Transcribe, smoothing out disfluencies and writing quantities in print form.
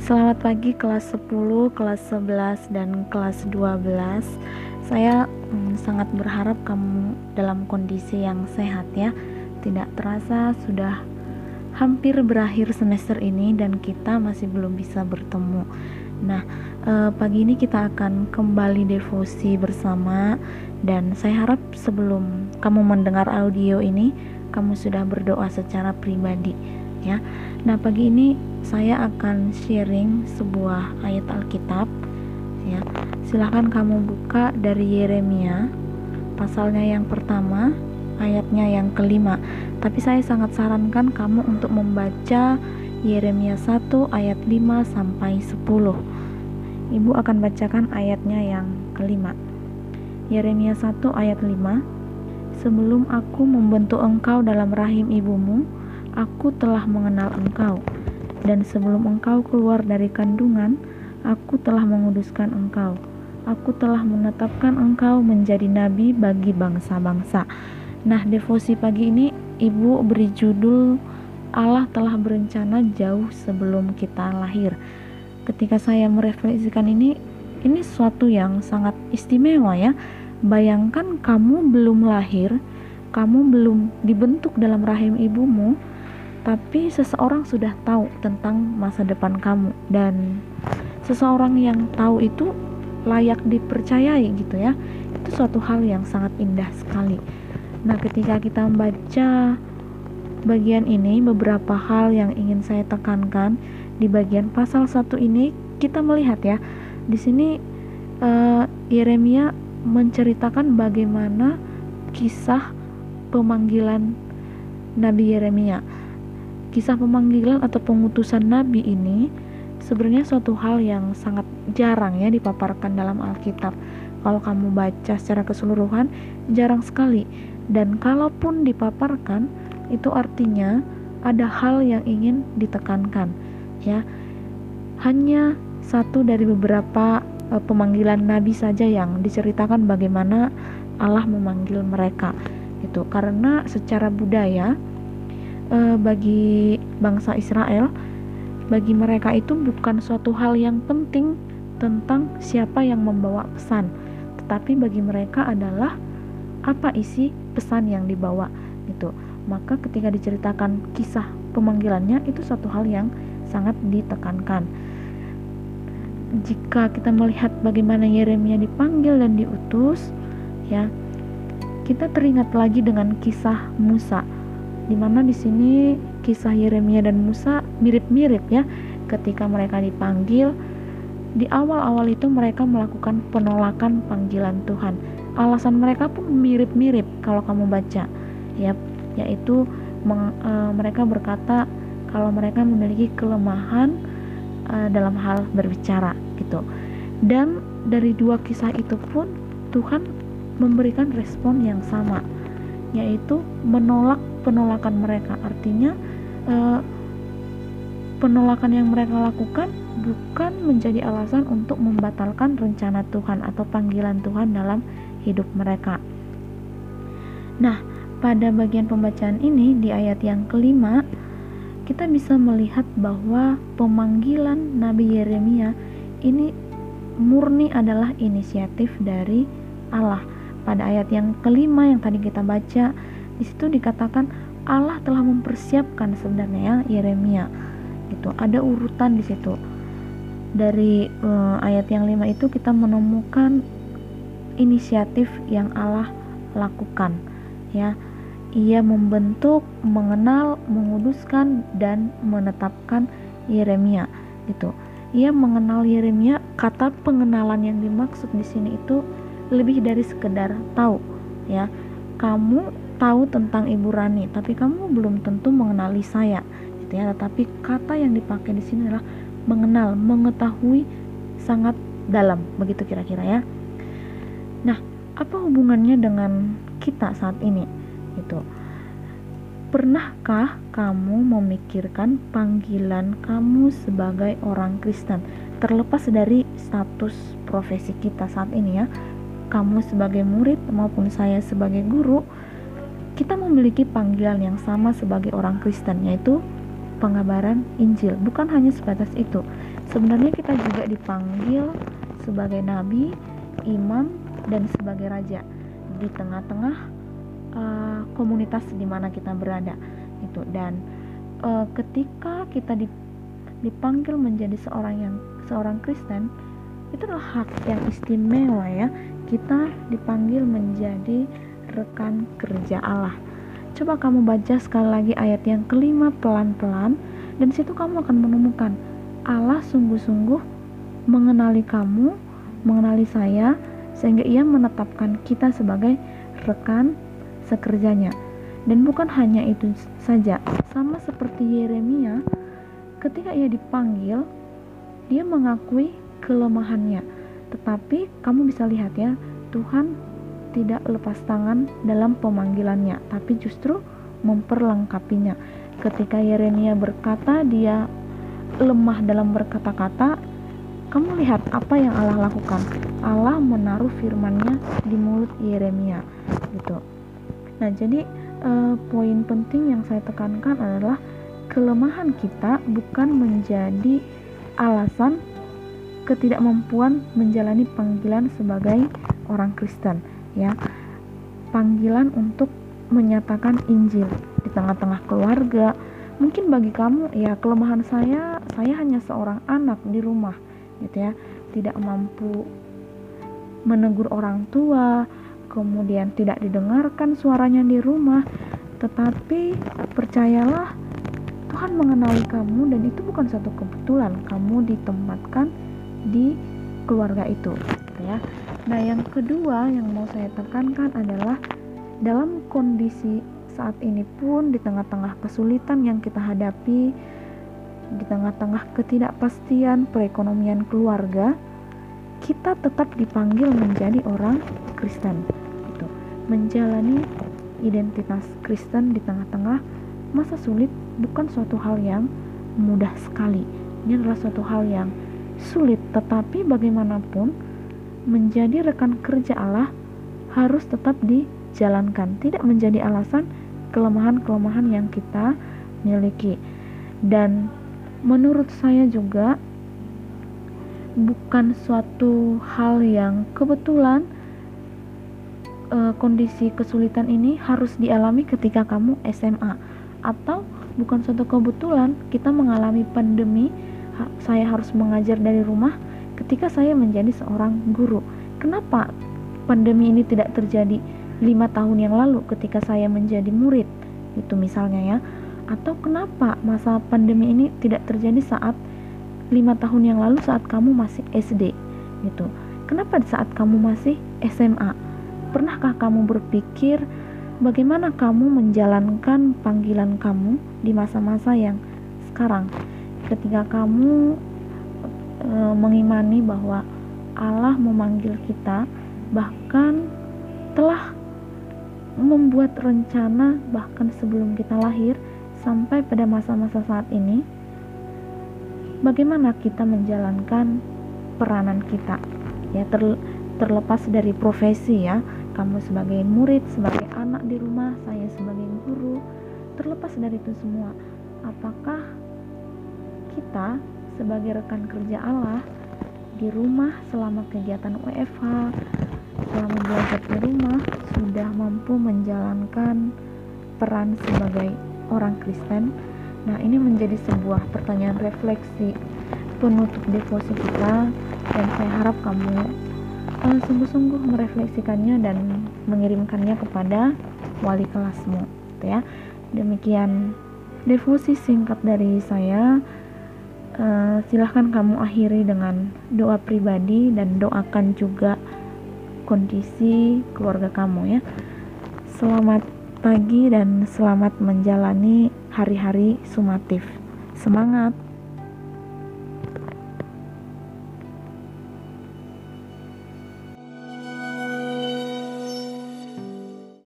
Selamat pagi kelas 10, kelas 11, dan kelas 12. Saya sangat berharap kamu dalam kondisi yang sehat ya. Tidak terasa sudah hampir berakhir semester ini dan kita masih belum bisa bertemu. Nah, pagi ini kita akan kembali devosi bersama, dan saya harap sebelum kamu mendengar audio ini, kamu sudah berdoa secara pribadi ya. Nah, pagi ini saya akan sharing sebuah ayat Alkitab ya. Silahkan kamu buka dari Yeremia pasalnya yang pertama, ayatnya yang kelima. Tapi saya sangat sarankan kamu untuk membaca Yeremia 1 ayat 5 sampai 10. Ibu akan bacakan ayatnya yang kelima. Yeremia 1 ayat 5. Sebelum aku membentuk engkau dalam rahim ibumu, aku telah mengenal engkau, dan sebelum engkau keluar dari kandungan, aku telah menguduskan engkau. Aku telah menetapkan engkau menjadi nabi bagi bangsa-bangsa. Nah, devosi pagi ini Ibu beri judul Allah telah berencana jauh sebelum kita lahir. Ketika saya merefleksikan ini suatu yang sangat istimewa ya. Bayangkan kamu belum lahir, kamu belum dibentuk dalam rahim ibumu, tapi seseorang sudah tahu tentang masa depan kamu, dan seseorang yang tahu itu layak dipercayai gitu ya. Itu suatu hal yang sangat indah sekali. Nah, ketika kita membaca bagian ini, beberapa hal yang ingin saya tekankan di bagian pasal 1 ini, kita melihat ya, di sini Yeremia menceritakan bagaimana kisah pemanggilan Nabi Yeremia. Kisah pemanggilan atau pengutusan Nabi ini sebenarnya suatu hal yang sangat jarang ya dipaparkan dalam Alkitab. Kalau kamu baca secara keseluruhan, jarang sekali. Dan kalaupun dipaparkan, itu artinya ada hal yang ingin ditekankan ya. Hanya satu dari beberapa pemanggilan Nabi saja yang diceritakan bagaimana Allah memanggil mereka itu. Karena secara budaya, bagi bangsa Israel, bagi mereka itu bukan suatu hal yang penting tentang siapa yang membawa pesan, tetapi bagi mereka adalah apa isi pesan yang dibawa gitu. Maka ketika diceritakan kisah pemanggilannya, itu satu hal yang sangat ditekankan. Jika kita melihat bagaimana Yeremia dipanggil dan diutus ya, kita teringat lagi dengan kisah Musa, di mana di sini kisah Yeremia dan Musa mirip-mirip ya. Ketika mereka dipanggil, di awal-awal itu mereka melakukan penolakan panggilan Tuhan. Alasan mereka pun mirip-mirip kalau kamu baca ya, yaitu mereka berkata kalau mereka memiliki kelemahan dalam hal berbicara gitu. Dan dari dua kisah itu pun Tuhan memberikan respon yang sama, yaitu menolak penolakan mereka. Artinya penolakan yang mereka lakukan bukan menjadi alasan untuk membatalkan rencana Tuhan atau panggilan Tuhan dalam hidup mereka. Nah, pada bagian pembacaan ini di ayat yang kelima, kita bisa melihat bahwa pemanggilan Nabi Yeremia ini murni adalah inisiatif dari Allah. Pada ayat yang kelima yang tadi kita baca, di situ dikatakan Allah telah mempersiapkan sebenarnya Yeremia. Gitu. Ada urutan di situ. Dari ayat yang 5 itu kita menemukan inisiatif yang Allah lakukan ya. Ia membentuk, mengenal, menguduskan, dan menetapkan Yeremia gitu. Ia mengenal Yeremia. Kata pengenalan yang dimaksud di sini itu lebih dari sekedar tahu ya. Kamu tahu tentang Ibu Rani, tapi kamu belum tentu mengenali saya gitu ya. Tetapi kata yang dipakai di sini adalah mengenal, mengetahui sangat dalam, begitu kira-kira ya. Nah, apa hubungannya dengan kita saat ini? Gitu. Pernahkah kamu memikirkan panggilan kamu sebagai orang Kristen? Terlepas dari status profesi kita saat ini ya, kamu sebagai murid maupun saya sebagai guru, kita memiliki panggilan yang sama sebagai orang Kristen, yaitu pengabaran Injil. Bukan hanya sebatas itu, Sebenarnya kita juga dipanggil sebagai nabi, imam, dan sebagai raja di tengah-tengah komunitas di mana kita berada itu. Dan ketika kita dipanggil menjadi seorang Kristen, itu adalah hak yang istimewa ya. Kita dipanggil menjadi rekan kerja Allah. Coba kamu baca sekali lagi ayat yang kelima pelan-pelan, dan situ kamu akan menemukan Allah sungguh-sungguh mengenali kamu, mengenali saya, sehingga ia menetapkan kita sebagai rekan sekerjanya. Dan bukan hanya itu saja, sama seperti Yeremia, ketika ia dipanggil, dia mengakui kelemahannya. Tetapi kamu bisa lihat ya, Tuhan tidak lepas tangan dalam pemanggilannya, tapi justru memperlengkapinya. Ketika Yeremia berkata dia lemah dalam berkata-kata, kamu lihat apa yang Allah lakukan. Allah menaruh firman-Nya di mulut Yeremia gitu. Nah, jadi poin penting yang saya tekankan adalah kelemahan kita bukan menjadi alasan ketidakmampuan menjalani panggilan sebagai orang Kristen ya. Panggilan untuk menyatakan Injil di tengah-tengah keluarga. Mungkin bagi kamu ya, kelemahan saya hanya seorang anak di rumah gitu ya, tidak mampu menegur orang tua, kemudian tidak didengarkan suaranya di rumah. Tetapi percayalah, Tuhan mengenali kamu, dan itu bukan satu kebetulan kamu ditempatkan di keluarga itu gitu ya. Nah, yang kedua yang mau saya tekankan adalah dalam kondisi saat ini pun, di tengah-tengah kesulitan yang kita hadapi, di tengah-tengah ketidakpastian perekonomian keluarga, kita tetap dipanggil menjadi orang Kristen gitu. Menjalani identitas Kristen di tengah-tengah masa sulit bukan suatu hal yang mudah sekali. Ini adalah suatu hal yang sulit, tetapi bagaimanapun menjadi rekan kerja Allah harus tetap dijalankan, tidak menjadi alasan kelemahan-kelemahan yang kita miliki. Dan menurut saya juga bukan suatu hal yang kebetulan kondisi kesulitan ini harus dialami ketika kamu SMA, atau bukan suatu kebetulan kita mengalami pandemi, saya harus mengajar dari rumah ketika saya menjadi seorang guru. Kenapa pandemi ini tidak terjadi 5 tahun yang lalu ketika saya menjadi murid itu misalnya ya? Atau kenapa masa pandemi ini tidak terjadi saat 5 tahun yang lalu saat kamu masih SD gitu? Kenapa saat kamu masih SMA? Pernahkah kamu berpikir bagaimana kamu menjalankan panggilan kamu di masa-masa yang sekarang, ketika kamu mengimani bahwa Allah memanggil kita, bahkan telah membuat rencana bahkan sebelum kita lahir sampai pada masa-masa saat ini? Bagaimana kita menjalankan peranan kita ya, terlepas dari profesi ya, kamu sebagai murid, sebagai anak di rumah, saya sebagai guru, terlepas dari itu semua, apakah kita sebagai rekan kerja Allah di rumah selama kegiatan WFH, selama belajar di rumah, sudah mampu menjalankan peran sebagai orang Kristen? Nah, ini menjadi sebuah pertanyaan refleksi penutup devosi kita, dan saya harap kamu sungguh-sungguh merefleksikannya dan mengirimkannya kepada wali kelasmu gitu ya. Demikian devosi singkat dari saya. Silahkan kamu akhiri dengan doa pribadi dan doakan juga kondisi keluarga kamu ya. Selamat pagi dan selamat menjalani hari-hari sumatif. Semangat!